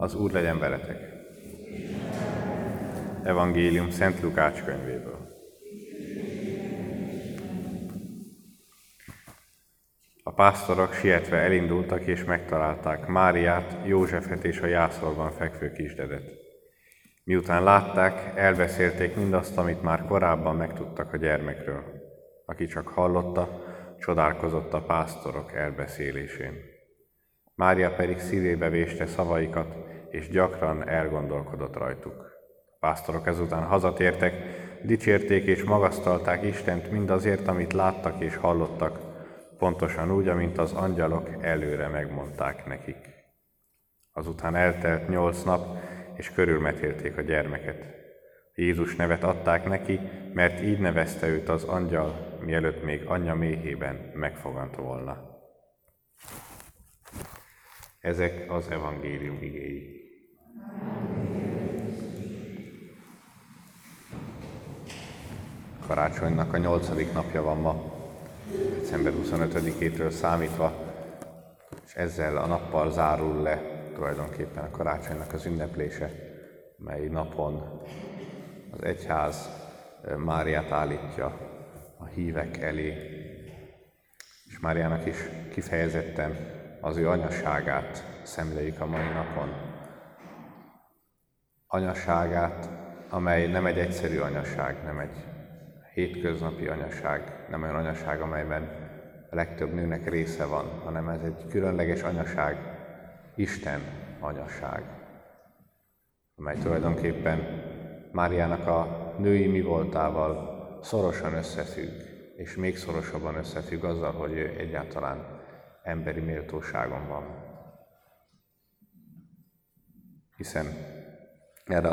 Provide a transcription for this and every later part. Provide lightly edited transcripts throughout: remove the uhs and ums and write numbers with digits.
Az Úr legyen veletek! Evangélium Szent Lukács könyvéből. A pásztorok sietve elindultak és megtalálták Máriát, Józsefet és a jászolban fekvő kisdedet. Miután látták, elbeszélték mindazt, amit már korábban megtudtak a gyermekről. Aki csak hallotta, csodálkozott a pásztorok elbeszélésén. Mária pedig szívébe véste szavaikat, és gyakran elgondolkodott rajtuk. A pásztorok ezután hazatértek, dicsérték és magasztalták Istent mindazért, amit láttak és hallottak, pontosan úgy, amint az angyalok előre megmondták nekik. Azután eltelt 8 nap, és körülmetélték a gyermeket. Jézus nevet adták neki, mert így nevezte őt az angyal, mielőtt még anyja méhében megfogant volna. Ezek az evangélium igéi. Karácsonynak a 8. napja van ma, december 25-től számítva, és ezzel a nappal zárul le tulajdonképpen a karácsonynak az ünneplése, mely napon az egyház Máriát állítja a hívek elé, és Máriának is kifejezetten az ő anyaságát szemléljük a mai napon. Anyaságát, amely nem egy egyszerű anyaság, nem egy hétköznapi anyaság, nem olyan anyaság, amelyben a legtöbb nőnek része van, hanem ez egy különleges anyaság, Isten anyaság, amely tulajdonképpen Máriának a női mi voltával szorosan összefügg, és még szorosabban összefügg azzal, hogy ő egyáltalán emberi méltóságon van. Hiszen erre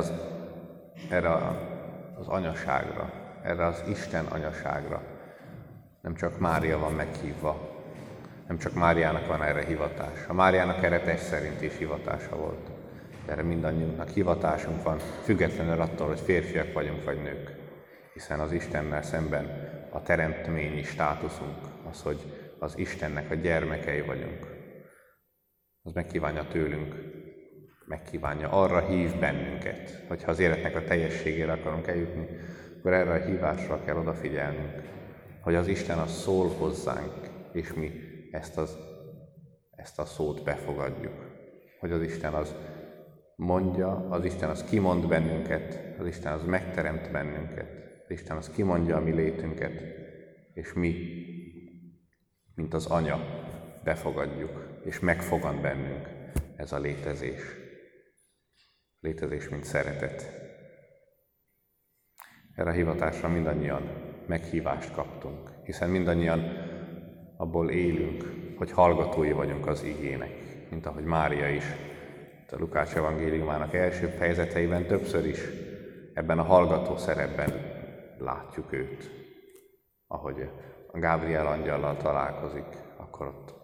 az anyaságra, erre az Isten anyaságra nem csak Mária van meghívva, nem csak Máriának van erre hivatás. A Máriának erre test szerint is hivatása volt. De erre mindannyiunknak hivatásunk van, függetlenül attól, hogy férfiak vagyunk vagy nők. Hiszen az Istennel szemben a teremtményi státuszunk, az, hogy az Istennek a gyermekei vagyunk, az megkívánja tőlünk, megkívánja, arra hív bennünket, hogyha az életnek a teljességére akarunk eljutni, akkor erre a hívásra kell odafigyelnünk, hogy az Isten az szól hozzánk, és mi ezt a szót befogadjuk. Hogy az Isten az mondja, az Isten az kimond bennünket, az Isten az megteremt bennünket, az Isten az kimondja a mi létünket, és mi, mint az Anya, befogadjuk, és megfogad bennünk ez a létezés. Létezés, mint szeretet. Erre a hivatásra mindannyian meghívást kaptunk, hiszen mindannyian abból élünk, hogy hallgatói vagyunk az igének, mint ahogy Mária is. A Lukács evangéliumának első fejezeteiben többször is ebben a hallgató szerepben látjuk őt. Ahogy a Gábriel angyallal találkozik, akkor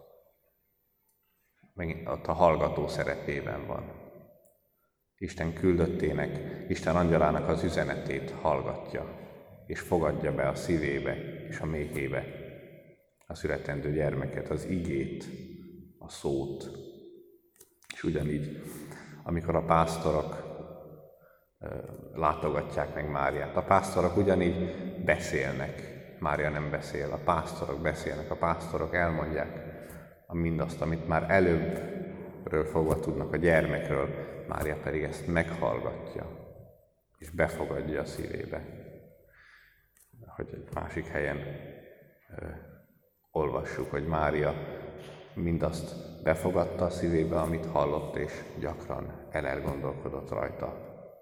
ott a hallgató szerepében van. Isten küldöttének, Isten angyalának az üzenetét hallgatja, és fogadja be a szívébe és a méhébe a születendő gyermeket, az igét, a szót. És ugyanígy, amikor a pásztorok látogatják meg Máriát, a pásztorok ugyanígy beszélnek, Mária nem beszél, a pásztorok beszélnek, a pásztorok elmondják mindazt, amit már előbbről fogva tudnak a gyermekről, Mária pedig ezt meghallgatja, és befogadja a szívébe. Hogy egy másik helyen olvassuk, hogy Mária mindazt befogadta a szívébe, amit hallott, és gyakran elgondolkodott rajta.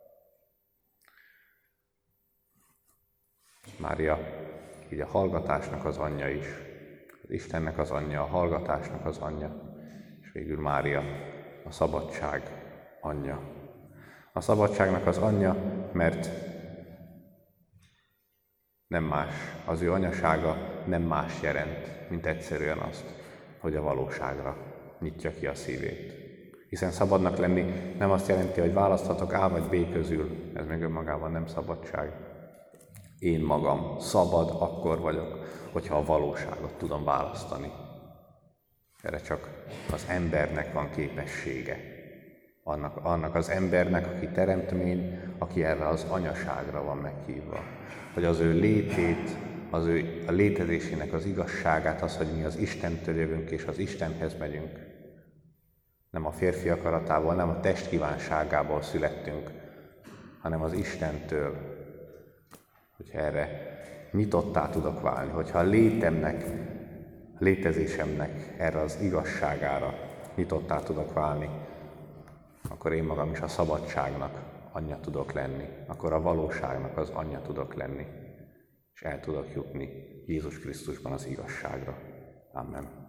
Mária így a hallgatásnak az anyja is, az Istennek az anyja, a hallgatásnak az anyja, és végül Mária a szabadság anyja. A szabadságnak az anyja, mert nem más, az ő anyasága nem más jelent, mint egyszerűen azt, hogy a valóságra nyitja ki a szívét. Hiszen szabadnak lenni nem azt jelenti, hogy választhatok A vagy B közül, ez még önmagában nem szabadság. Én magam szabad akkor vagyok, hogyha a valóságot tudom választani. Erre csak az embernek van képessége. annak az embernek, aki teremtmény, aki erre az anyaságra van meghívva. Hogy az ő létét, a létezésének az igazságát, az, hogy mi az Istentől jövünk és az Istenhez megyünk. Nem a férfi akaratából, nem a test kívánságából születtünk, hanem az Istentől, hogyha erre nyitottá tudok válni, hogyha a létezésemnek erre az igazságára nyitottá tudok válni, akkor én magam is a szabadságnak anyja tudok lenni, akkor a valóságnak az anyja tudok lenni, és el tudok jutni Jézus Krisztusban az igazságra. Amen.